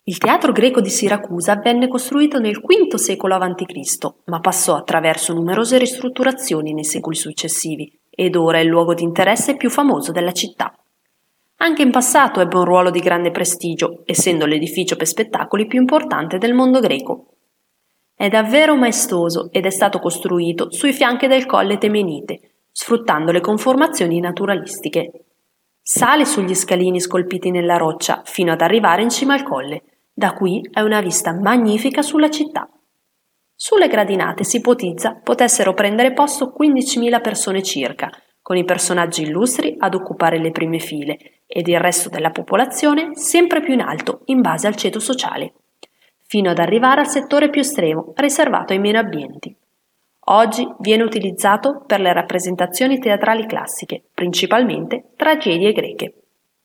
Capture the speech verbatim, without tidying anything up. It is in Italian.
Il teatro greco di Siracusa venne costruito nel quinto secolo avanti Cristo, ma passò attraverso numerose ristrutturazioni nei secoli successivi ed ora è il luogo di interesse più famoso della città. Anche in passato ebbe un ruolo di grande prestigio, essendo l'edificio per spettacoli più importante del mondo greco. È davvero maestoso ed è stato costruito sui fianchi del Colle Temenite, sfruttando le conformazioni naturalistiche. Sale sugli scalini scolpiti nella roccia fino ad arrivare in cima al colle. Da qui hai una vista magnifica sulla città. Sulle gradinate si ipotizza potessero prendere posto quindicimila persone circa, con i personaggi illustri ad occupare le prime file ed il resto della popolazione sempre più in alto in base al ceto sociale, fino ad arrivare al settore più estremo, riservato ai meno abbienti. Oggi viene utilizzato per le rappresentazioni teatrali classiche, principalmente tragedie greche.